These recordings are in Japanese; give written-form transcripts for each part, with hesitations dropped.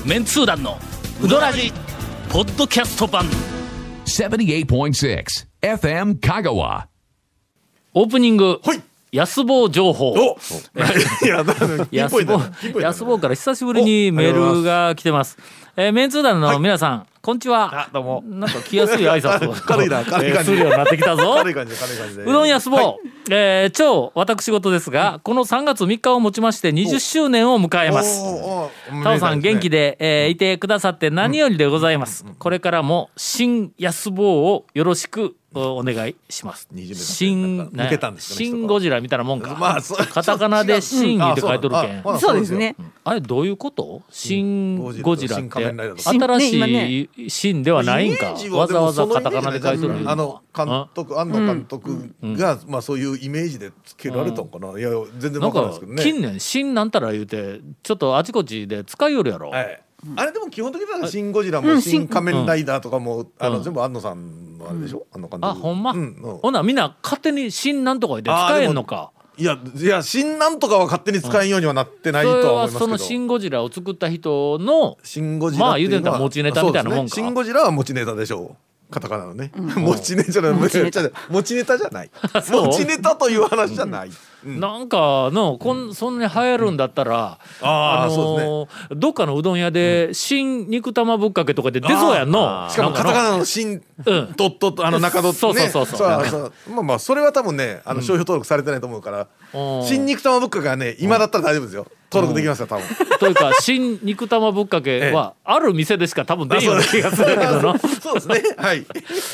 メンツー団のウドラジポッドキャスト版 78.6 FM 香川。 オープニング、 はい、 安坊情報。 いや安坊から久しぶりにメールが来てます。メンツー団の皆さん、こんにちは。 どうも。 なんか来やすい挨拶を軽いな軽い感じするようになってきたぞ。 軽い感じで。 うどん安坊、超私事ですが、この3月3日をもちまして20周年を迎えます。タオさん元気で、いてくださって何よりでございます。これからも新安坊をよろしくお願いします。新ゴジラみたいなもんか。 まあ、 カタカナで新って書いとるけん。 そうですね。 あれどういうこと？新ゴジラって新新しい新ではないんか。わざわざカタカナで書いとる。 安野監督がまあそういうイメージでつけられたのかな。いや全然わからないですけどね。 近年新なんたら言うてちょっとあちこちで使いよるやろ。 あれでも基本的にはシン・ゴジラも新仮面ライダーとかも全部安野さんのあれでしょ。 あ、ほんま。ほなみんな勝手に新なんとかで使えんのか。 いや新なんとかは勝手に使えんようにはなってないとは思いますけど。 そのシン・ゴジラを作った人のシン・ゴジラまあ言うてたら持ちネタみたいなもんか。 シン・ゴジラは持ちネタでしょう。カタカナのね、持ちネタじゃない、持ちネタじゃない持ちネタという話じゃない、 なんかのそんなに流行るんだったら、どっかのうどん屋で新肉玉ぶっかけとかで出そうやんの。 しかもカタカナの新ドットと中ドットね。そうまあそれは多分ね商標登録されてないと思うから、新肉玉ぶっかけはね今だったら大丈夫ですよ。登録できますよ多分。というか新肉玉ぶっかけはある店でしか多分出んような気がするけどな。 そうですね。はい。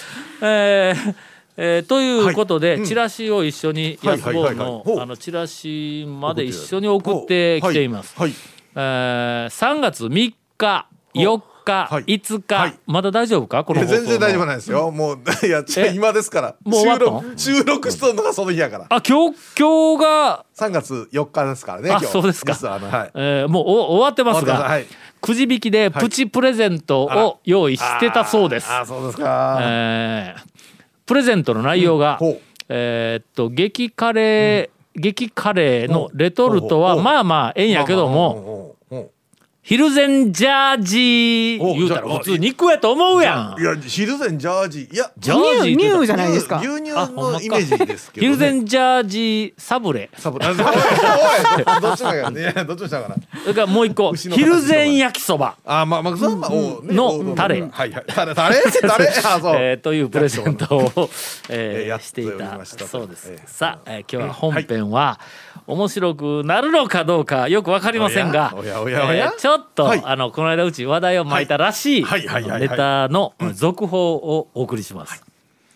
ということで、チラシを一緒に安坊のチラシまで一緒に送ってきています。3月3日4日5日、まだ大丈夫かこの放送。 全然大丈夫ないですよ。もういや今ですから。 もう終わったの？ 収録しとるのがその日やから。 あ、今日が 3月4日ですからね。 あ、そうですか。もう終わってますが、くじ引きでプチプレゼントを用意してたそうです。 あ、そうですか。 プレゼントの内容が、激カレーのレトルトはまあまあええんやけども、ヒルゼンジャージー言うたら普通肉やと思うやん。 いやヒルゼンジャージー、いやジャージー乳じゃないですか。 牛乳のイメージですけど、 ヒルゼンジャージーサブレ。 おいどっちだかね。どっちにしたかな。 それからもう一個ヒルゼン焼きそばのタレというプレゼントをしていたそうです。さあ今日は本編は面白くなるのかどうかよくわかりませんが、ちょっとこの間うち話題を巻いたらしいネタの続報をお送りします。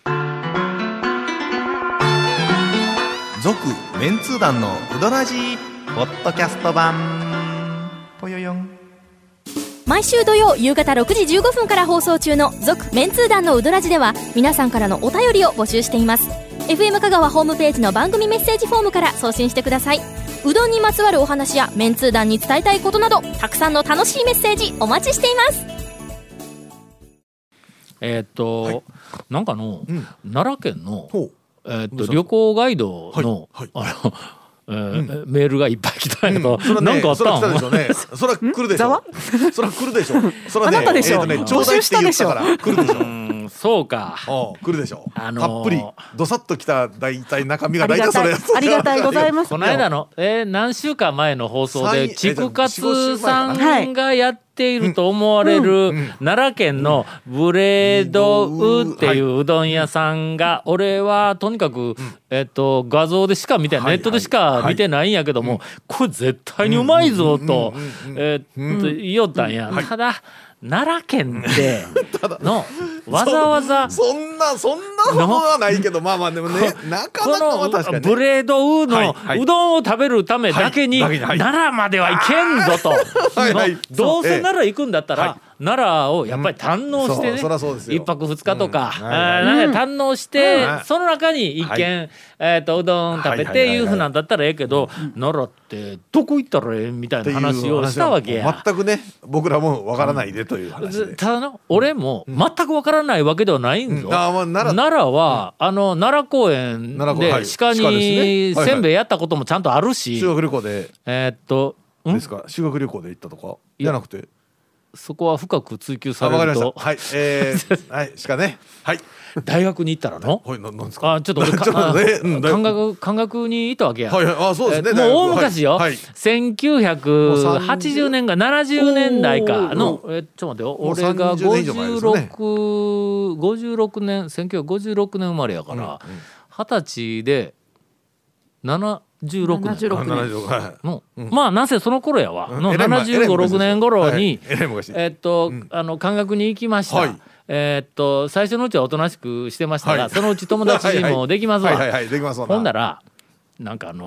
続メンツー団のうどらじポッドキャスト版ぽよよん。 毎週土曜夕方6時15分から放送中の続メンツー団のうどらじでは皆さんからのお便りを募集しています。 FM 香川ホームページの番組メッセージフォームから送信してください。うどんにまつわるお話やメンツー団に伝えたいことなどたくさんの楽しいメッセージお待ちしています。 なんかの、奈良県の、旅行ガイドの、メールがいっぱい来たんやけど、なんかあったん？ そら来るでしょ。そら来るでしょ。 あなたでしょ。募集したでしょ。 来るでしょ。 そうか。 来るでしょ。たっぷりどさっと来た大体中身が大体それ。 ありがたいございます。 この間の何週間前の放送で筑勝さんがやっていると思われる奈良県のブレードウっていううどん屋さんが、俺はとにかく画像でしか見てない、ネットでしか見てないんやけども、これ絶対にうまいぞと言おったんや。ただ奈良県でのわざわざそんなことはないけど、まあまあでもね、なかなかは確かにブレードウのうどんを食べるためだけに奈良までは行けんぞと。どうせ奈良行くんだったら奈良をやっぱり堪能してね、一泊二日とか堪能して、その中に一軒うどん食べていうふうなんだったらええけど、奈良ってどこ行ったらええみたいな話をしたわけや。 全くね僕らもわからないでという話で、 ただな俺も全くわからないわけではないんぞ。奈良は奈良公園で鹿にせんべいやったこともちゃんとあるし、 修学旅行でですか、修学旅行で行ったとかじゃなくて、 そこは深く追求されると。 はい、はい、しかね、はい。 大学に行ったらの？ はい、なんですか。 ちょっと俺漢学にいたわけや。 はい、そうですね。 もう大昔よ。1980年か70年代かのちょっと待ってよ。俺が56年1956年生まれやから20歳で76年のまあなぜその頃やわの75、6年頃に漢学に行きました。最初のうちはおとなしくしてましたが、そのうち友達もできますわ。ほんならなんか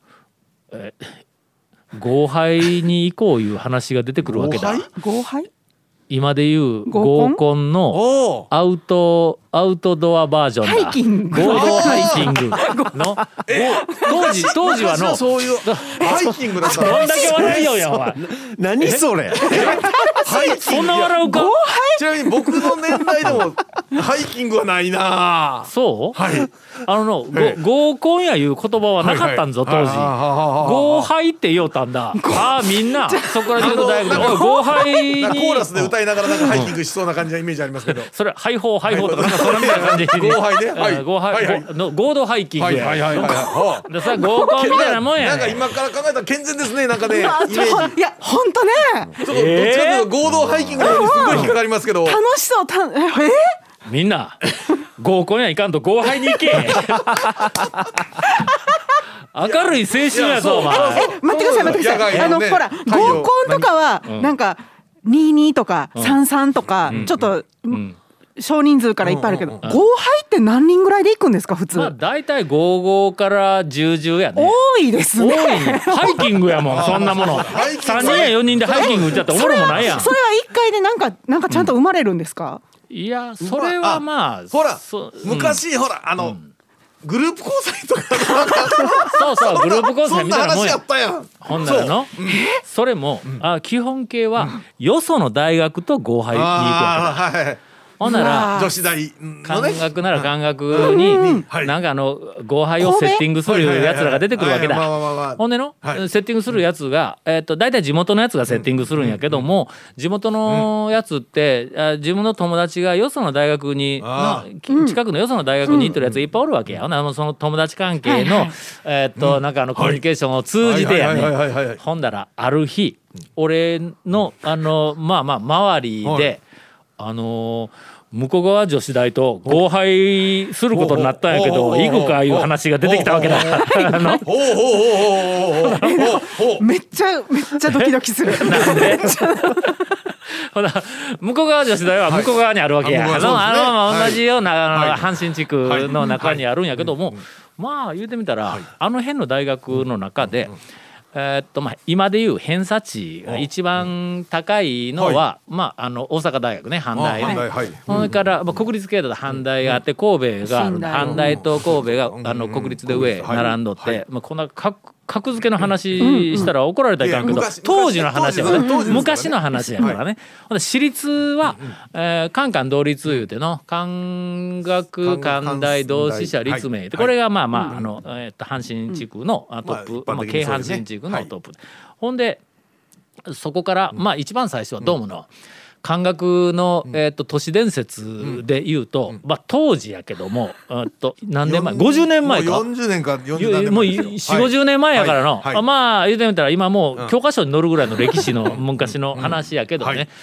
合杯に行こういう話が出てくるわけだ。 合杯？ 今でいう合コンのアウトドアバージョンだ。 ハイキング。 合同ハイキングの当時はのそういうハイキングだった。 どんだけ笑いようやお前。 何それ。 そんな笑うか。 ちなみに僕の年代でもハイキングはないな。 そう？ はい。 合コンやいう言葉はなかったんぞ当時。合杯って言おうたんだ。みんなそこら中の大学で合杯にコーラスで歌いながらなんかハイキングしそうな感じのイメージありますけど。 それハイホーとかなんかそんなみたいな感じ。 合杯ね。 合杯の合同ハイキングや。でさ合コンみたいなもんや。 なんか今から考えたら健全ですね。なんかね。いや本当ね。 どっちかというと合同ハイキングのようにすごい引っかかりますけど。 楽しそう。 みんな合コンやいかんと合杯に行け。明るい青春やぞお前。 待ってください。ほら合コンとかはなんか22とか33とかちょっと少人数からいっぱいあるけど、合杯って何人ぐらいで行くんですか普通？ まあ大体55から10やね。 多いですね。 ハイキングやもんそんなもの。3人や4人でハイキング打っちゃっておもろもないやん。 それは1回でなんかちゃんと生まれるんですか？ いやそれはまあほら昔ほらグループ交際とかそうグループ交際みたいなもんや。 そんな話やったやん。 ほんならのそれも基本形はよその大学と合杯に行くわけだ。ほんなら女子大漢学なら漢学になんか合杯をセッティングするやつらが出てくるわけだ。ほんでのセッティングするやつがだいたい地元のやつがセッティングするんやけども、地元のやつって自分の友達がよその大学に近くのよその大学に行ってるやついっぱいおるわけや。ほんならその友達関係のなんかコミュニケーションを通じてやね。ほんだらある日俺のまあ周りで向こう側女子大と合杯することになったんやけど行くかいう話が出てきたわけだ。 めっちゃドキドキする。 なんでほら向こう側女子大は向こう側にあるわけや。同じような阪神地区の中にあるんやけども、まあ言うてみたらあの辺の大学の中で今でいう偏差値が一番高いのは、大阪大学ね阪大ね。それから国立系だと阪大があって神戸がある。阪大と神戸が国立で上並んどって、こんな格付けの話したら怒られたらいかんけど当時の話やからね。昔の話やからね。私立は官官同率いうての官学官大同志社立命これが阪神地区のトップ京阪神地区のトップ。ほんでそこから一番最初はどうもの漢学の都市伝説でいうと当時やけども何年前50年前か 40年か40年前もう4050年前やからのまあ言うてみたら今もう教科書に載るぐらいの歴史の昔の話やけどね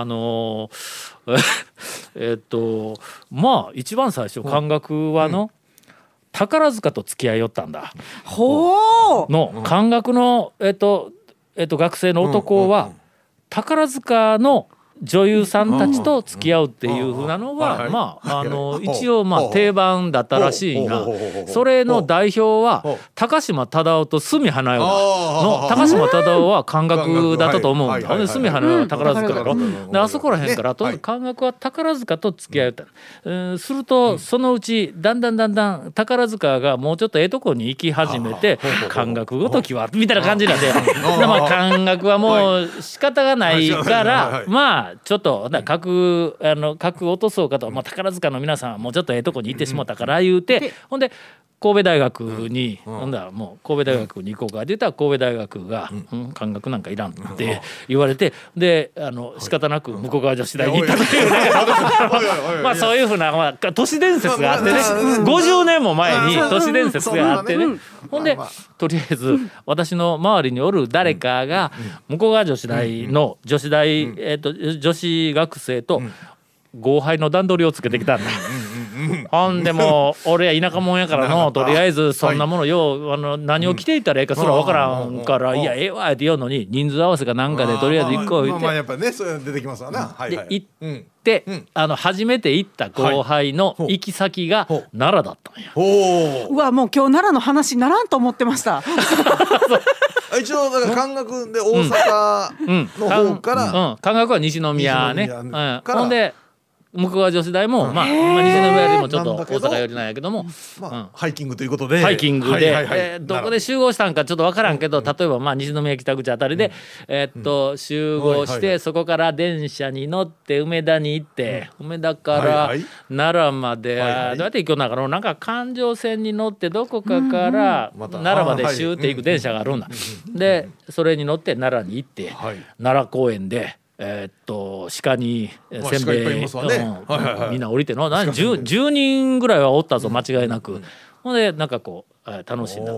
一番最初漢学はの宝塚と付き合いよったんだ。の漢学の学生の男は宝塚の女優さんたちと付き合うっていう風なのが一応定番だったらしいが、それの代表は高島忠夫と角花代の高島忠夫は漢学だったと思うんだ。で角花代は宝塚だろ。であそこら辺から漢学は宝塚と付き合いた。するとそのうちだんだん宝塚がもうちょっととこに行き始めて漢学ごときはみたいな感じなんで漢学はもう仕方がないからちょっと格落とそうかと、宝塚の皆さんはもうちょっととこに行ってしもたから言うて、ほんで神戸大学に、なんだもう神戸大学に行こうかって言ったら神戸大学が、漢学なんかいらんって言われて、で仕方なく向こう側女子大に行ったっていうねまあそういうふうな、まあ、都市伝説があってね、50年も前に都市伝説があってね、ほんでとりあえず私の周りにおる誰かが向こう側女子大の女子大、女子学生と合杯の段取りをつけてきたんだ。ほんでもう俺や田舎者やからのとりあえずそんなものよう何を着ていったらええかそれは分からんからいやええわって言うのに人数合わせかなんかでとりあえず行こう言って、 まあやっぱねそういうの出てきますわな。 で行って初めて行った合杯の行き先が奈良だったんや。 うわもう今日奈良の話ならんと思ってました一応だから漢学で大阪の方から漢学は西宮ね。ほんで向こう側女子大も、まあ西宮でもちょっと大阪寄りなんやけども、 ハイキングということでハイキングでどこで集合したんかちょっと分からんけど、例えばまあ西宮北口あたりで集合してそこから電車に乗って梅田に行って梅田から奈良までどうやって行くんだろう、なんか環状線に乗ってどこかから奈良までシューって行く電車があるんだ。でそれに乗って奈良に行って奈良公園で鹿にせんべい、みんな降りての10人ぐらいはおったぞ間違いなく。ほんでなんかこう楽しんだ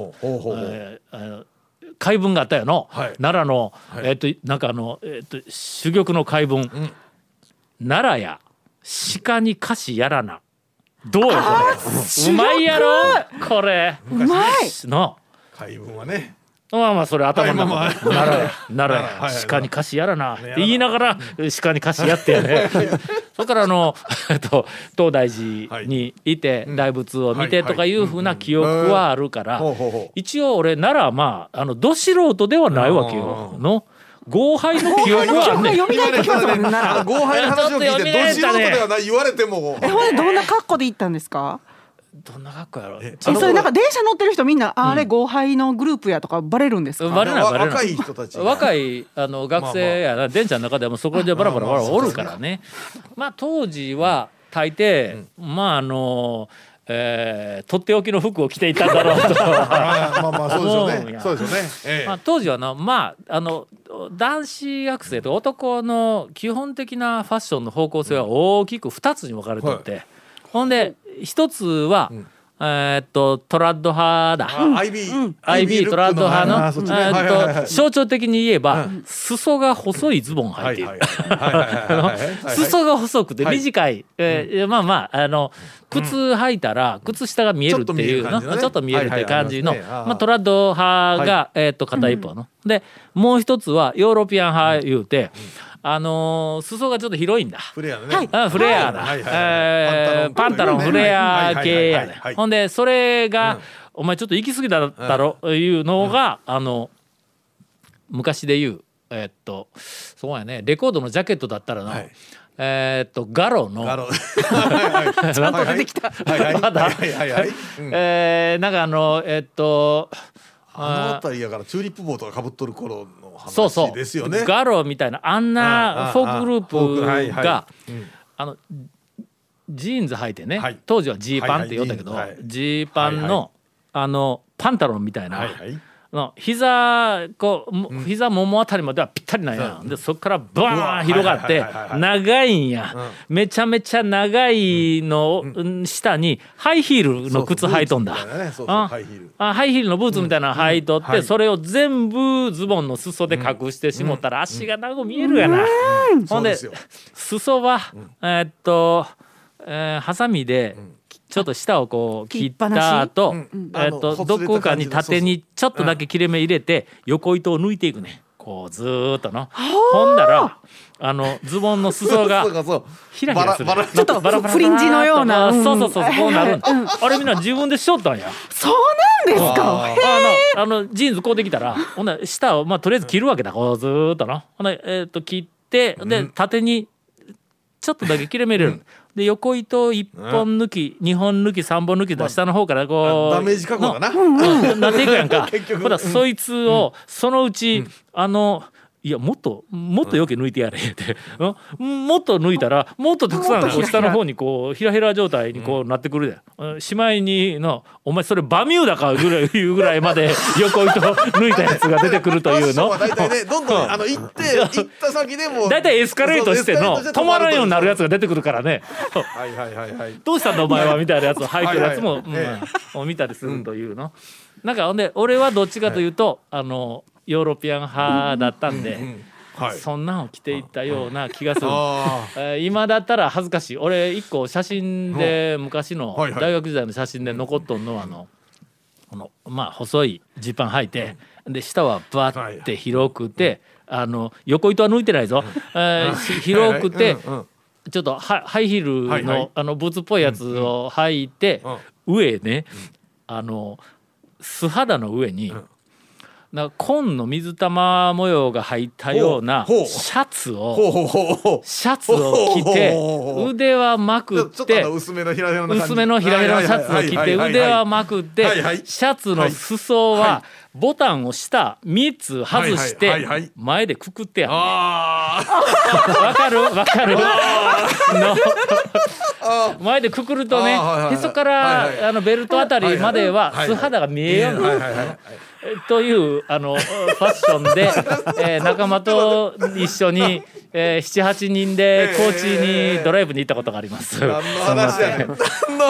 回文があったよの、奈良のなんか珠玉の回文、奈良や鹿に菓子やらなどうよこれうまいやろこれうまいの回文はね。 まあまあそれ頭の中奈良鹿に菓子やらなって言いながら鹿に菓子やってやねそれから東大寺にいて大仏を見てとかいうふうな記憶はあるから、一応俺奈良まあど素人ではないわけよの合杯の記憶はね合杯の話を聞いてど素人ではない言われてもどんな格好で行ったんですか。 どんな格好やろ。 それなんか電車乗ってる人みんなあれ合杯のグループやとかバレるんですか。 バレない若い人たち若い学生やな電車の中でもそこでバラバラおるからね。まあ当時は大抵まあとっておきの服を着ていただろうとまあそうですよね。そうですよね。 まあ当時はまあ男子学生と男の基本的なファッションの方向性は大きく2つに分かれていて、ほんで一つは、トラッド派だ。IB トラッド派の象徴的に言えば、裾が細いズボン履いている。裾が細くて短い、まあまあ靴履いたら靴下が見えるっていうの、ちょっと見えるっていう感じの、まあトラッド派が片一方の。でもう一つはヨーロピアン派言うて。裾がちょっと広いんだ。 フレアね。 フレアだ。パンタロンフレア系やね。ほんでそれがお前ちょっと行き過ぎだったろいうのが昔で言うそうやねレコードのジャケットだったらのガロのちゃんと出てきた。 まだなんかあの辺りやからチューリップ帽とか被っとる頃の話ですよね。 そうガロみたいなあんなフォークグループがジーンズ履いてね、当時はジーパンって言ったけどジーパンのパンタロンみたいな膝ももあたりまではぴったりなんや。でそこからバーン広がって長いんや。めちゃめちゃ長いの下にハイヒールの靴履いとんだ。ハイヒールのブーツみたいなの履いとってそれを全部ズボンの裾で隠してしもったら足が長く見えるやな。ほんで裾はハサミでちょっと下をこう切った後どこかに縦にちょっとだけ切れ目入れて横糸を抜いていくね。こうずーっとのほんだらズボンの裾がひらひらするちょっとフリンジのようなそうこうなるあれみんな自分でしょったんや。 そうなんですか。 ジーンズこうできたらほんな下をとりあえず切るわけだ。こうずーっとのほんで切ってで縦にちょっとだけ切れ目入れる。で横糸1本抜き2本抜き3本抜きと下の方からこうダメージ加工だななっていくやんか。ほらそいつをそのうちいやもっとよけ抜いてやれって、もっと抜いたらもっとたくさんこう下の方にこうひらひら状態にこうなってくるで、しまいにのお前それバミューダかぐらいいうぐらいまで横糸抜いたやつが出てくるというの。 大体ねどんどん行った先でも大体エスカレートしての止まらんようになるやつが出てくるからね。 はいはいはいはい。 どうしたんだお前はみたいなやつを履いてるやつも見たりするというの。なんかほんで俺はどっちかというとヨーロピアン派だったんで、そんなんを着ていったような気がする。今だったら恥ずかしい。俺一個写真で昔の大学時代の写真で残っとんのはまあ細いジーパン履いて、で下はバッて広くて横糸は抜いてないぞ、広くてちょっとハイヒールのブーツっぽいやつを履いて、上ね素肌の上に紺の水玉模様が入ったようなシャツを着て、腕はまくって薄めのひらひらのシャツを着て腕はまくってシャツの裾はボタンを下3つ外して前でくくってやるね。わかる前でくくるとね、へそからベルトあたりまでは素肌が見えようになるというファッションで、仲間と一緒に、7,8 人で高知にドライブに行ったことがあります。 何の話やねん。 フ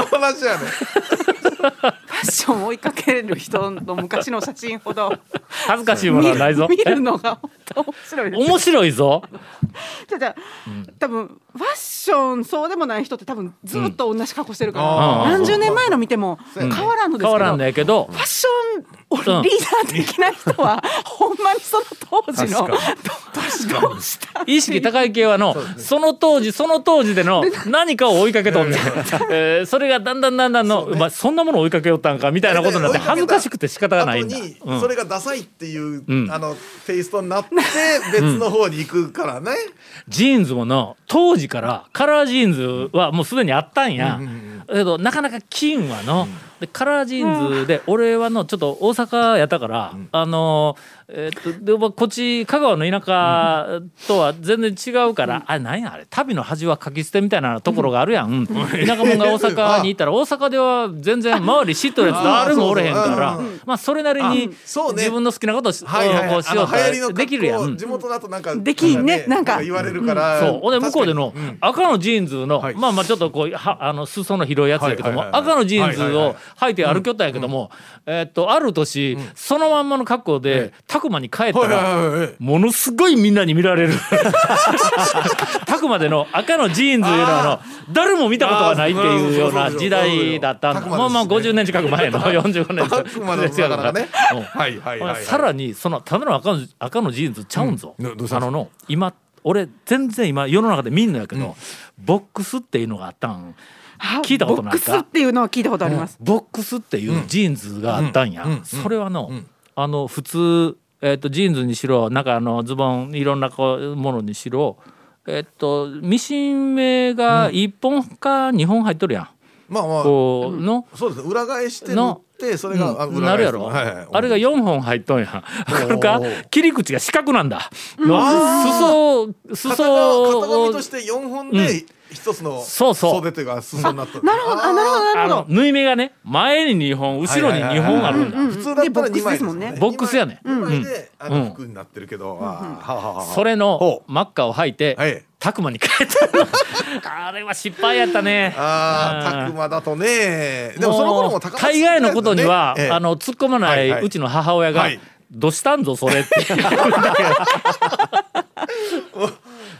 ァッションを追いかける人の昔の写真ほど恥ずかしいものはないぞ。 見るのが本当面白いです。 面白いぞ。 じゃ多分ファッションそうでもない人って多分ずっと同じ格好してるから、何十年前の見ても変わらんのですけど、 変わらんだけどファッションリーダー的な人はほんまにその当時のどうした意識高い系はその当時での何かを追いかけとんねん。それがだんだんのそんなものを追いかけよったんかみたいなことになって恥ずかしくて仕方がないんだ。 それがダサいっていうテイストになって別の方に行くからね。 ジーンズも当時からカラージーンズはもうすでにあったんや。だけどなかなか金はでカラージーンズで俺はちょっと大阪やったからでこっち香川の田舎とは全然違うから、何やあれ旅の恥はかき捨てみたいなところがあるやん。田舎者が大阪に行ったら大阪では全然周り知っとるやつ誰もおれへんからまあそれなりに自分の好きなことをしようとできるやん。 地元だとなんかできんねなんか言われるから。 そうで向こうでの赤のジーンズのまあちょっとこう裾の広いやつやけども赤のジーンズを履いて歩きよったんやけどもある年そのまんまの格好でたくまに帰ったらものすごいみんなに見られる。たくまでの赤のジーンズいうのは誰も見たことがないっていうような時代だったんだ。まあ50年近く前の45年ですからね。さらにそのただの赤のジーンズちゃうんぞ。今俺全然今世の中で見んのやけどボックスっていうのがあったん聞いたことないか。 ボックスっていうのは聞いたことあります。 ボックスっていうジーンズがあったんや。それは普通ジーンズにしろなんかズボンいろんなものにしろミシン目が1本か2本入っとるやん。 まあまあそうです。裏返して縫ってそれがなるやろ。あれが4本入っとんや。わかるか？切り口が四角なんだ。裾型紙として4本で一つの袖というか裾になった。 なるほど。 縫い目がね前に2本後ろに2本あるんだ。 普通だったら2枚ですもんね。 ボックスやね。 2枚で服になってるけどそれの真っ赤を履いてたくまに帰ったあれは失敗やったね。 たくまだとね。でもその頃も大概のことには突っ込まないうちの母親がどうしたんぞそれって言うんだけど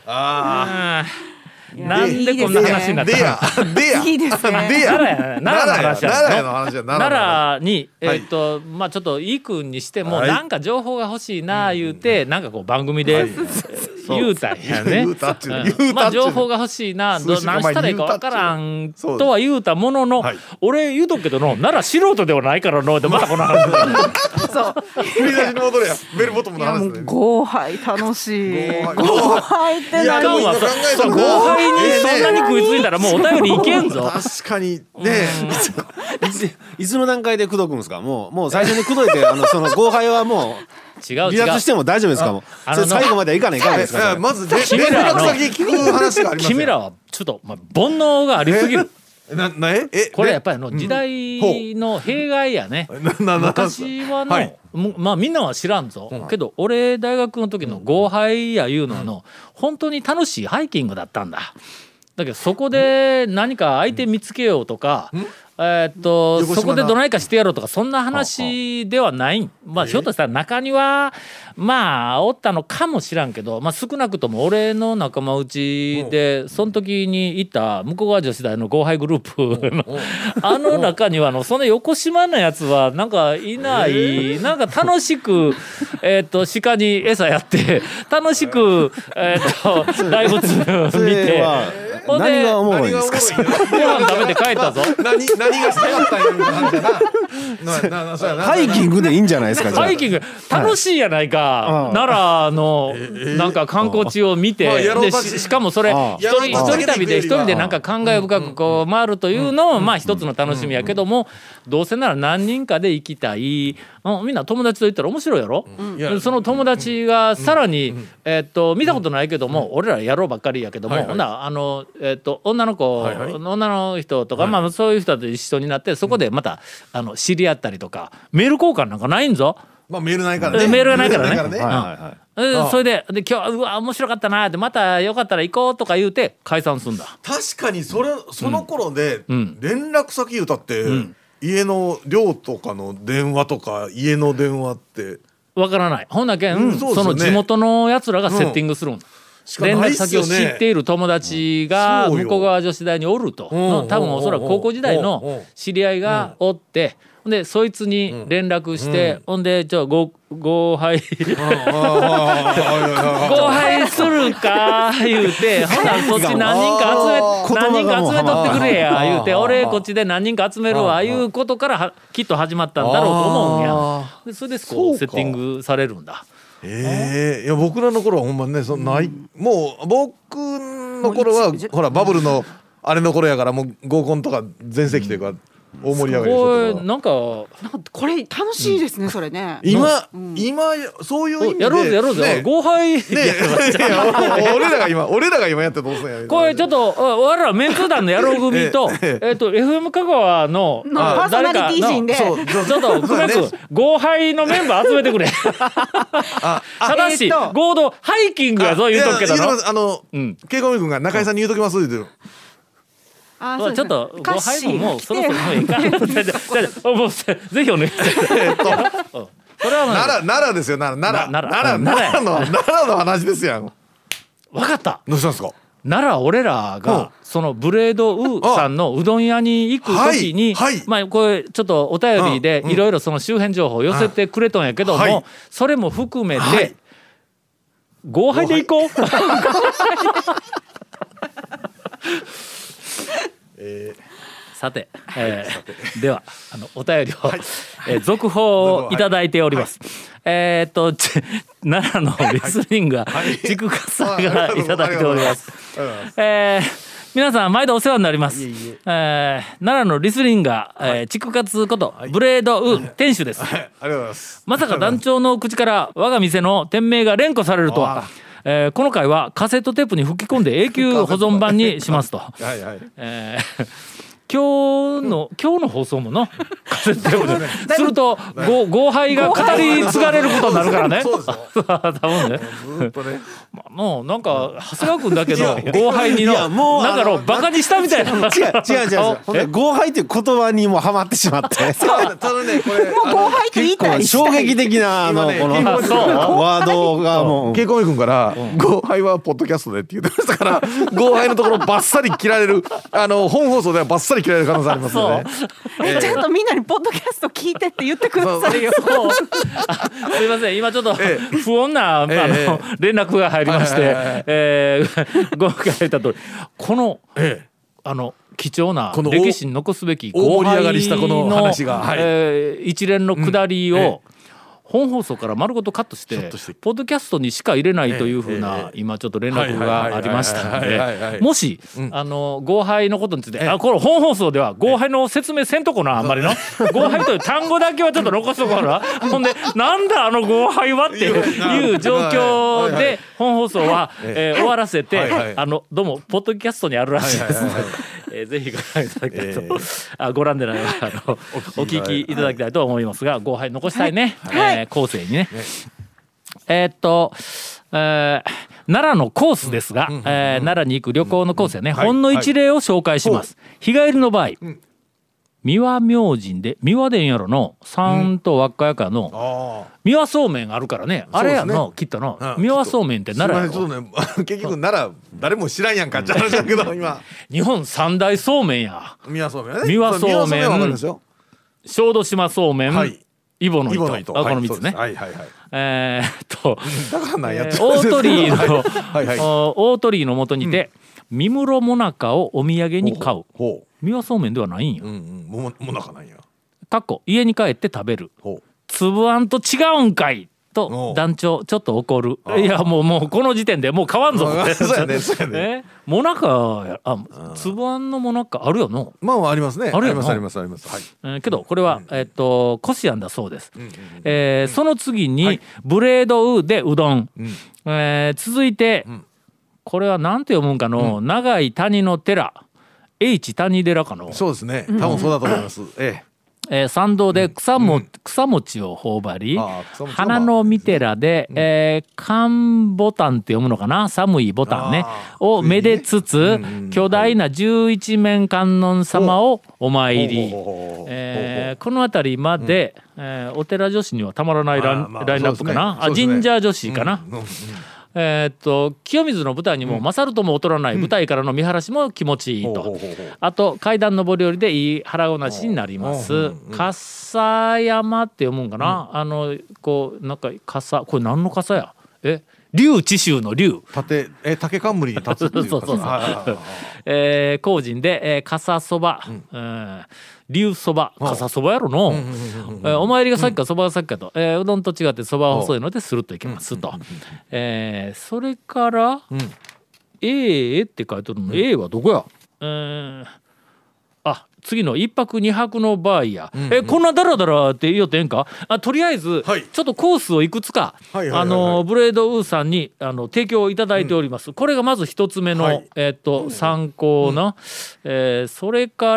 なんでこんな話になったの。 いいですね。 奈良にまあちょっといい君にしてもなんか情報が欲しいな言うてなんかこう番組で言うたんやね。まあ情報が欲しいな何したらいいかわからんとは言うたものの俺言うとくけど奈良素人ではないからのでまたこの話そう振り出しに戻れやベルボトムの話ですね。 豪敗楽しい。豪敗って何？ 豪敗にそんなに食いついたらもうお便りいけんぞ。 確かにね。 いつの段階で口説くんですか。もう最初に口説いてその豪敗はもう離脱しても大丈夫ですかもう。それ最後まではいかないかんですか。 まず連絡先聞く話があります。 君らはちょっと煩悩がありすぎる。これやっぱり時代の弊害やね。昔はまあみんなは知らんぞ、けど俺大学の時の合杯やいうのは本当に楽しいハイキングだったんだ。だけどそこで何か相手見つけようとか、そこでどないかしてやろうとかそんな話ではない。まあひょっとしたら中にはまあおったのかもしらんけど、まあ少なくとも俺の仲間内でその時に行った向こう側女子大の後輩グループの中にはその横島なやつはなんかいない。なんか楽しく鹿に餌やって楽しく大仏見て。 何がおもろいですか。 ご飯食べて帰ったぞ。 何がしたかったんやみたいな感じやな。 ハイキングでいいんじゃないですか。 ハイキング楽しいやないか。奈良のなんか観光地を見て、でしかもそれ一人旅で一人でなんか感慨深くこう回るというのもまあ一つの楽しみやけども、どうせなら何人かで行きたい。みんな友達と行ったら面白いやろ。その友達がさらに見たことないけども、俺らやろうばっかりやけども、ほな女の子、女の人とか、まあそういう人と一緒になってそこでまた知り合ったりとか、メール交換なんかないんぞ。 まあメールないからね。 メールがないからね。それで今日うわ面白かったなって、またよかったら行こうとか言うて解散すんだ。 確かにその頃で連絡先言うたって、家の寮とかの電話とか家の電話ってわからない。ほんなけん、その地元のやつらがセッティングするんだ。連絡先を知っている友達が向こう側女子大におると、多分おそらく高校時代の知り合いがおって、でそいつに連絡して、ほんで合杯合杯するか言うて、ほなそっち何人か集めとってくれや言うて、俺こっちで何人か集めるわいうことからきっと始まったんだろうと思うんや。でそれでこうセッティングされるんだ。 いや僕らの頃はほんまにねない、もう僕の頃はほらバブルのあれの頃やから、もう合コンとか全盛期というか大盛り上がりでしょ。 なんかこれ楽しいですね、それね。 今そういう意味でやろうぜ、合杯俺らが今やってどうすんや。 これちょっと我らメンツ団の野郎組とFM 香川のパーソナリティ陣でちょっと久米君合杯のメンバー集めてくれ。ただし合同ハイキングやぞ言うとくけどな。 ケイコミ君が中井さんに言うときます言うてる。 ちょっとご配分もうそろそろもういいか。もうぜひお願いします。それは奈良ですよ。奈良の話ですやん。 分かった。 どうしたんですか。 奈良俺らがそのブレードウさんのうどん屋に行く時に、まあこれちょっとお便りでいろいろその周辺情報を寄せてくれとんやけども、それも含めて合杯で行こう。さて、ではお便りを、続報をいただいております。奈良のレスリングが竹勝さんがいただいております。皆さん毎度お世話になります。奈良のリスリンガー、竹勝ことブレードウ店主です。 ありがとうございます。 まさか団長の口から我が店の店名が連呼されるとは。この回はカセットテープに吹き込んで永久保存版にしますと。今日の放送ものカセットテープですると合杯が語り継がれることになるからね。多分ね。ずっとね。もうなんか長谷川君だけの合杯にのなんかのバカにしたみたいな。違う。合杯っていう言葉にもハマってしまって。 ただねこれもう合杯って言いたい。 衝撃的なこのワードがもう。 ケイコミ君から合杯はポッドキャストでって言ってましたから、合杯のところバッサリ切られる本放送ではバッサリ切られる可能性ありますよね。 ちゃんとみんなにポッドキャスト聞いてって言ってくださいよ。 すいません、今ちょっと不穏な連絡が入りまして、ご理解いた通りこの貴重な歴史に残すべき合杯の一連の下りを本放送から丸ごとカットしてポッドキャストにしか入れないというふうな今ちょっと連絡がありましたので、もし合杯のことについてこれ本放送では合杯の説明せんとこな、あんまりの合杯という単語だけはちょっと残すところなほんでなんだあの合杯はっていう状況で本放送は終わらせてどうもポッドキャストにあるらしいですのでぜひご覧いただきたいとご覧でないお聞きいただきたいと思いますが、合杯残したいね後世にね。奈良のコースですが、奈良に行く旅行のコースやね、ほんの一例を紹介します。日帰りの場合、三輪明神で三輪殿やろの三と輪っかやかの三輪そうめんあるからね、あれやのきっとの三輪そうめんって奈良やろ。 結局奈良誰も知らんやんかって話だけど今日本三大そうめんや。 三輪そうめんね。 三輪そうめん、小豆島そうめん、イボの糸、この3つね。 だからなんや大鳥居の元にて三室もなかをお土産に買う。三輪そうめんではないんよ。 もなかなんや。 かっこ家に帰って食べる。粒あんと違うんかいと団長ちょっと怒る。いやもうこの時点でもう買わんぞそうやね。 もなか粒あんのもなかあるよの。 まあありますね。 あるよの。 あります。 けどこれはこしあんだそうです。その次にブレードウでうどん。続いてこれはなんて読むんかの、長い谷の寺 H 谷寺かの。 そうですね、多分そうだと思います。 参道で草餅を頬張り、花の御寺で寒ボタンって読むのかな、寒いボタンねをめでつつ、巨大な11面観音様をお参り。この辺りまで、お寺女子にはたまらないラインナップかな、神社女子かな。清水の舞台にも勝るとも劣らない舞台からの見晴らしも気持ちいいと。あと階段上り下りでいい腹ごなしになります。笠山って読むんかな、こうなんか笠、これ何の笠や、龍智秀の龍、 竹冠に立つっていうそう高人で笠そば、龍そば、笠そばやろの。お参りが先かそばが先かと、うどんと違ってそばは細いのでスルッといけますと。それからA って書いてるの、A はどこや。次の1泊2泊の場合や、こんなダラダラって言おうてええんか。とりあえず、ちょっとコースをいくつかブレードウーさんに提供いただいております。これがまず一つ目の、参考の、それから、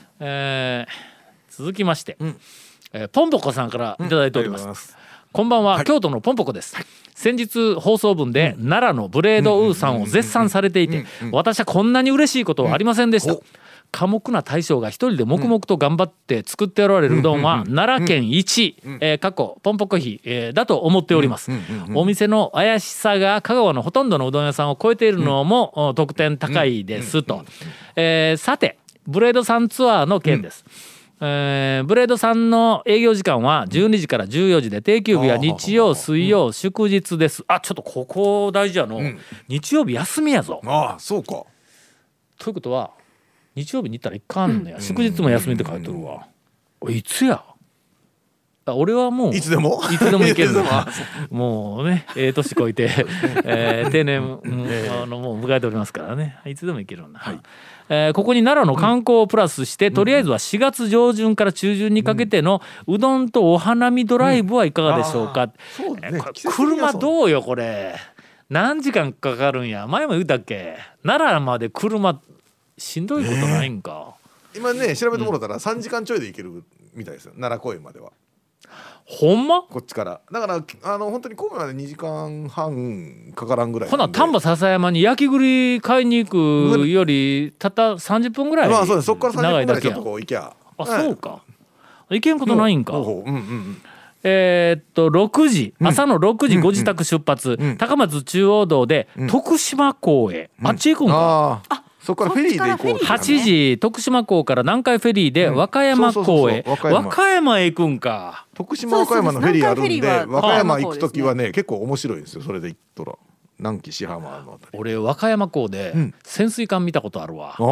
続きまして、ポンポコさんからいただいております。こんばんは、京都のポンポコです。先日放送分で奈良のブレードウーさんを絶賛されていて、私はこんなに嬉しいことはありませんでした。寡黙な大将が一人で黙々と頑張って作っておられるうどんは奈良県一過去ポンポコ比だと思っております。お店の怪しさが香川のほとんどのうどん屋さんを超えているのも得点高いですと。さてブレードさんツアーの件です。ブレードさんの営業時間は12時から14時で、定休日は日曜水曜祝日です。ちょっとここ大事やの、日曜日休みやぞ。 そうか。 ということは日曜日に行ったらいかんのや、祝日も休みって書いてるわ。いつや。俺はもういつでも行けるのもうね、年越えて、定年もう迎えておりますからね、いつでも行けるんだ。ここに奈良の観光をプラスして、とりあえずは4月上旬から中旬にかけてのうどんとお花見ドライブはいかがでしょうか。車どうよこれ、何時間かかるんや。前も言ったっけ、奈良まで車しんどいことないんか。 今ね調べてもらったら3時間ちょいで行けるみたいですよ、奈良公園までは。 ほんま？ こっちからだから本当に神戸まで2時間半かからんぐらい。 ほな丹波篠山に焼き栗買いに行くよりたった30分ぐらい。 まあそうです、そこから30分ぐらいちょっとこう行きゃ。 そうか、行けんことないんか。6時、朝の6時ご自宅出発、高松中央道で徳島港へ、あっち行くんか。 そこからフェリーで行こう。 8時徳島港から南海フェリーで和歌山港へ。和歌山へ行くんか。 徳島和歌山のフェリーあるんで、和歌山行くときはね結構面白いですよ。それで行ったら南紀志浜のあたり。 俺和歌山港で潜水艦見たことあるわ。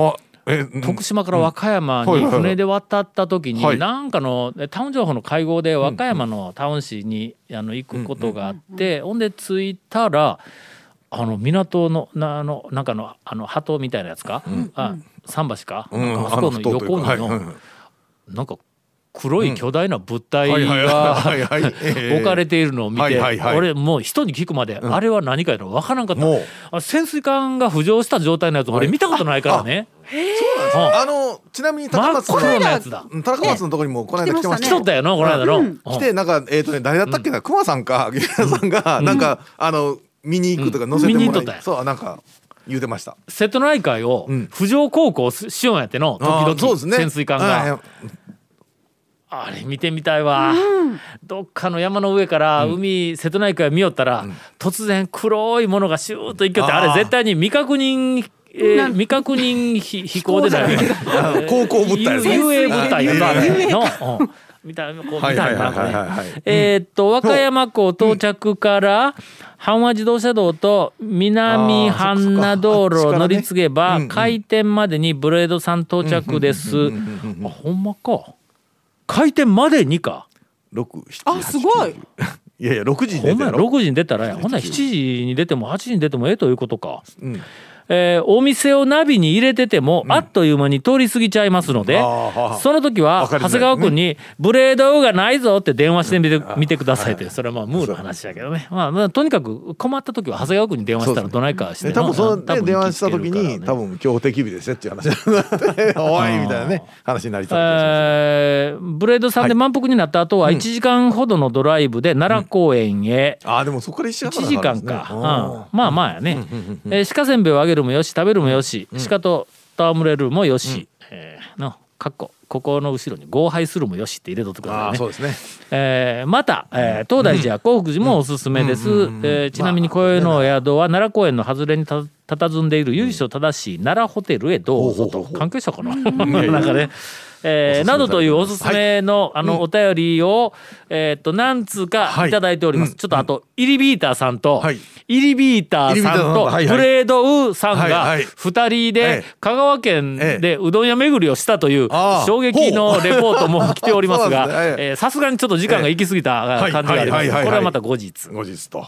徳島から和歌山に船で渡った時に、なんかのタウン情報の会合で和歌山のタウン市に行くことがあって、ほんで着いたら港のなんかの鳩みたいなやつか、桟橋か、あそこの横になんか黒い巨大な物体が置かれているのを見て、俺もう人に聞くまであれは何かやの分からんかった。潜水艦が浮上した状態のやつ俺見たことないからね。 そうなんです。ちなみに高松のやつだ。高松のところにもこの間来てました。 来とったよなこの間の。 来てなんか誰だったっけな、熊さんかゲラさんがなんか見に行くとか乗せてもらい、そうなんか言うてました。 瀬戸内海を浮上航行しようやっての時々潜水艦が。あれ見てみたいわ、どっかの山の上から海、瀬戸内海見よったら、突然黒いものがシューッと行きよって、あれ絶対に未確認飛行でない航行物体、 遊泳物体やのみたいな和歌山港到着から阪和自動車道と南阪奈道路を乗り継げば開店までにブレードさん到着です。ほんまか、開店までにか。 すごい。 いやいや6時に出たら 6時に出たらほんなら7時に出ても8時に出てもということか。お店をナビに入れてても、あっという間に通り過ぎちゃいますので、その時は長谷川君にブレードがないぞって電話してみてくださいって、それはまあムーの話だけどね、とにかく困った時は長谷川君に電話したらどないかして多分その電話した時に多分強敵日ですねっていう話になっておいみたいなね話になりそうです。 ブレードさんで満腹になった後は1時間ほどのドライブで奈良公園へ。 でもそこから1 時間か。まあやね。鹿せんべいをあげるもよし、食べるもよし、鹿と戯れるもよし、ここの後ろに合杯するもよしって入れとってくださいね。 そうですね。 また、東大寺や興福寺もおすすめです。ちなみに今宵のお宿は奈良公園の外れに佇んでいる由緒正しい奈良ホテルへどうぞと。関係者かななんかね。などというおすすめのお便りを何通かいただいております。ちょっとあとイリビーターさんとイリビーターさんとブレードウさんが2人で香川県でうどん屋巡りをしたという衝撃のレポートも来ておりますが、さすがにちょっと時間が行き過ぎた感じがあります。これはまた後日と。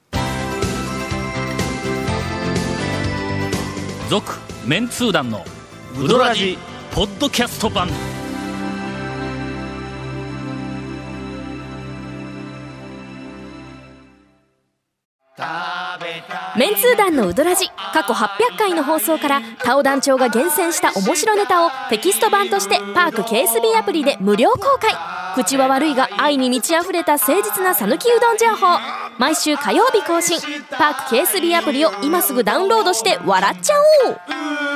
続メンツー団のウドラジポッドキャスト版。 メンツー団のウドラジ過去800回の放送からタオ団長が厳選した面白ネタをテキスト版としてパーク KSB アプリで無料公開。口は悪いが愛に満ち溢れた誠実な讃岐うどん情報、毎週火曜日更新。パーク KSB アプリを今すぐダウンロードして笑っちゃおう。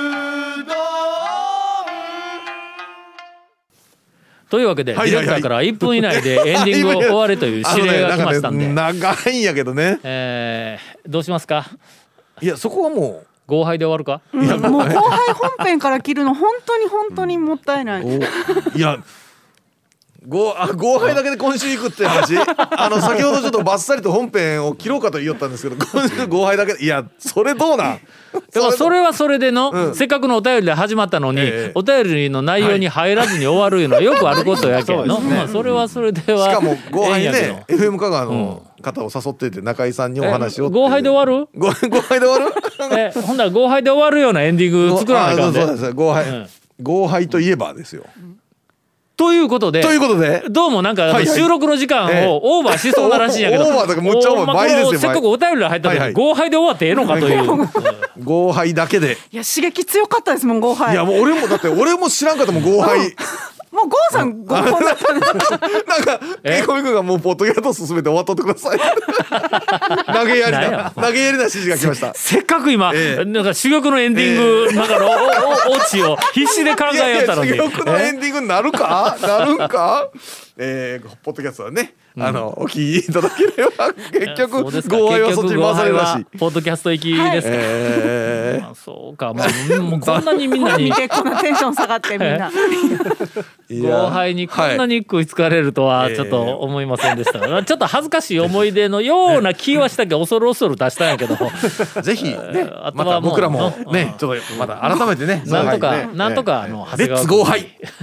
というわけでディレクターから1分以内でエンディングを終われという指令が来ましたんで、 長いんやけどね、 どうしますか。 いやそこはもう合杯で終わるか。 もう後輩本編から切るの本当にもったいない。 いや合杯だけで今週行くって話先ほどちょっとバッサリと本編を切ろうかと言おったんですけど、今週合杯だけで、いやそれどうなん。 だからそれはそれでの、せっかくのお便りで始まったのに、お便りの内容に入らずに終わるのはよくあることやけど、それはそれではしかも合杯ね FM 香川の方を誘っていて中井さんにお話を。 合杯で終わる合杯で終わるほんなら合杯で終わるようなエンディング作らないかんで。 そうです合杯といえばですよ。 ということでどうもなんか収録の時間をオーバーしそうならしいんやけど、 オーバーとかむっちゃオーバー倍ですよ。 せっかくお便りが入ったのに合杯で終わってええのかという。 合杯だけで。 いや刺激強かったですもん合杯。 いやもう俺も知らんかったもん合杯。 もうゴーさん合コンだったんですか。 なんかケイコミ君がもうポッドキャスト進めて終わっとってください。投げやりな指示が来ました。 せっかく今なんか珠玉のエンディングなんかのオチを必死で考えよったのに。 珠玉のエンディングになるかなるんか。ポッドキャストはねお聞きいただければ結局合敗はそっちに回されるらしい。 ポッドキャスト行きですか。そうか、もうこんなにみんなにこんなテンション下がってみんな合敗にこんなに食いつかれるとはちょっと思いませんでしたが、ちょっと恥ずかしい思い出のような気はしたけど恐る恐る出したんやけどぜひね、また僕らもねちょっとまた改めてねなんとかレッツ合敗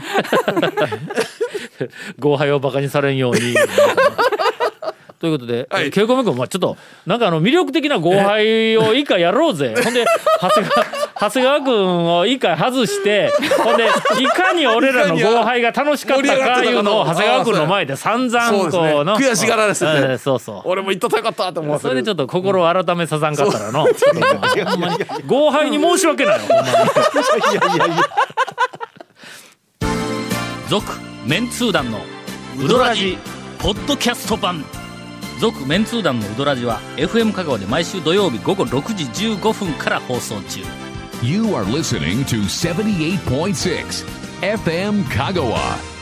合敗をバカにされんようにということで、ケイコメ君、ちょっとなんか魅力的な合敗を一回やろうぜ。ほんで長谷川君を一回外して、ほんでいかに俺らの合敗が楽しかったかいうのを長谷川君の前で散々こうの悔しがられてて、 そうそう、 俺も言っとったらよかったと思って、 それでちょっと心を改めささんかったらのほんまに合敗に申し訳ないよ、ほんまに。続メンツー団のウドラジポッドキャスト版。続メンツー団のウドラジは FM 香川で毎週土曜日午後6時15分から放送中。 You are listening to 78.6 FM 香川。